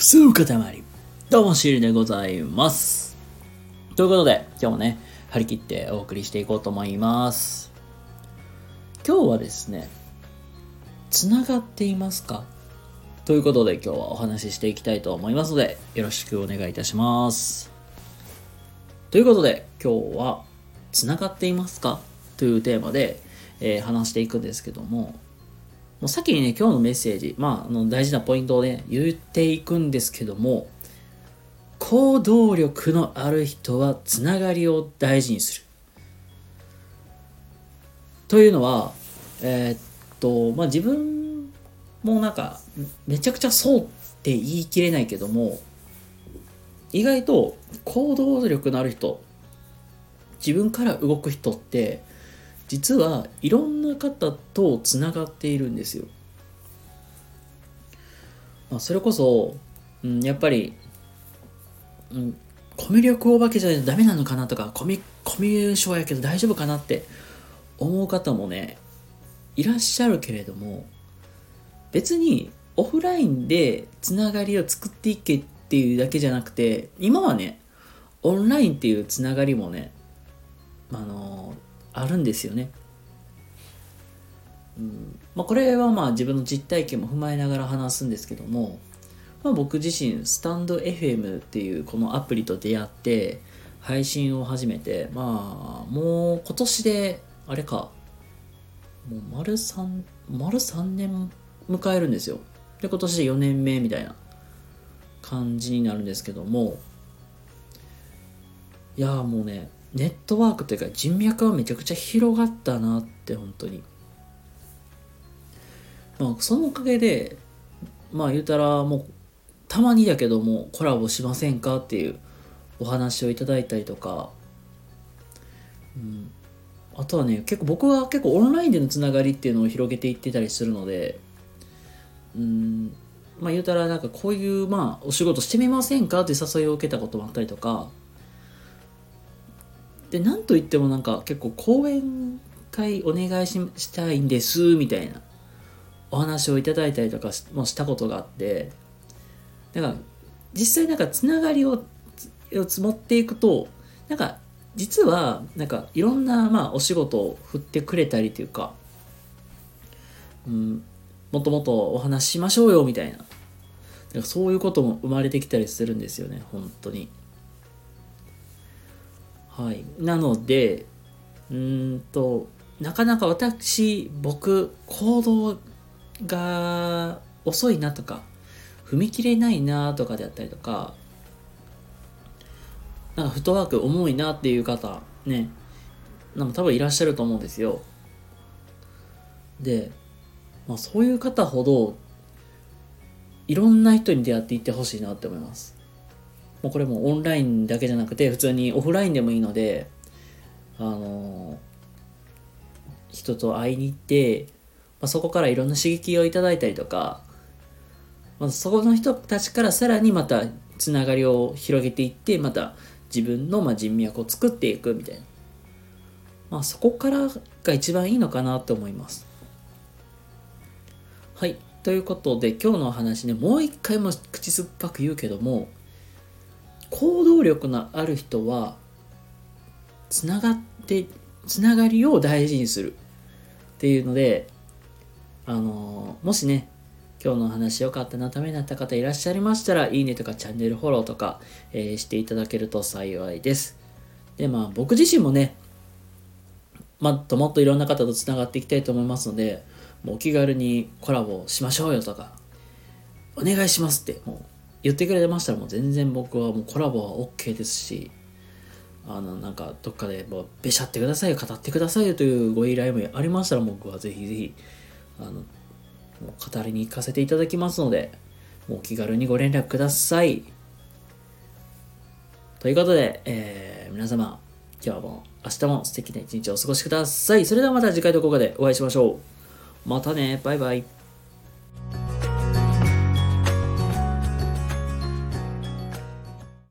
数塊どうもシールでございます。ということで今日もね張り切ってお送りしていこうと思います。今日はですね、つながっていますかということで今日はお話ししていきたいと思いますのでよろしくお願いいたします。ということで今日はつながっていますかというテーマで、話していくんですけども、もう先にね今日のメッセージ、大事なポイントをね言っていくんですけども、行動力のある人はつながりを大事にするというのは、自分もなんかめちゃくちゃそうって言い切れないけども、意外と行動力のある人、自分から動く人って実はいろんな方とつながっているんですよ。それこそ、やっぱり、コミュ力お化けじゃないとダメなのかなとか、コミュ障やけど大丈夫かなって思う方もねいらっしゃるけれども、別にオフラインでつながりを作っていけっていうだけじゃなくて、今はねオンラインっていうつながりもねあるんですよね。これは自分の実体験も踏まえながら話すんですけども、僕自身スタンド FM っていうこのアプリと出会って配信を始めて、もう今年であれかもう丸3年迎えるんですよ。で今年で4年目みたいな感じになるんですけども、いやもうねネットワークというか人脈はめちゃくちゃ広がったなって本当に。そのおかげで言うたらもうたまにだけどもコラボしませんかっていうお話をいただいたりとか、あとはね僕は結構オンラインでのつながりっていうのを広げていってたりするので、言うたらなんかこういうお仕事してみませんかって誘いを受けたこともあったりとかで、なんといってもなんか結構講演会お願いしたいんですみたいなお話をいただいたりとかもしたことがあって、だから実際なんかつながりを積もっていくと、なんか実はなんかいろんなお仕事を振ってくれたりというか、もっともっとお話ししましょうよみたいな、だからそういうことも生まれてきたりするんですよね本当に。はい、なのでなかなか僕行動が遅いなとか踏み切れないなとかであったりとか、なんかフットワーク重いなっていう方ね、なんか多分いらっしゃると思うんですよ。で、そういう方ほどいろんな人に出会っていってほしいなって思います。もうこれもオンラインだけじゃなくて普通にオフラインでもいいので、人と会いに行って、そこからいろんな刺激をいただいたりとか、そこの人たちからさらにまたつながりを広げていって、また自分の人脈を作っていくみたいな、そこからが一番いいのかなと思います。はい、ということで今日のお話ね、もう一回も口酸っぱく言うけども、行動力のある人はつながりを大事にするっていうので、もしね今日の話良かったな、ためになった方いらっしゃいましたら、いいねとかチャンネルフォローとか、していただけると幸いです。で僕自身もねもっといろんな方とつながっていきたいと思いますので、もうお気軽にコラボしましょうよとかお願いしますってもう言ってくれましたら、もう全然僕はもうコラボは OK ですし、なんかどっかでもうべしゃってくださいよ、語ってくださいよというご依頼もありましたら、僕はぜひぜひもう語りに行かせていただきますので、もうお気軽にご連絡ください。ということで、皆様今日も明日も素敵な一日をお過ごしください。それではまた次回どこかでお会いしましょう。またね、バイバイ。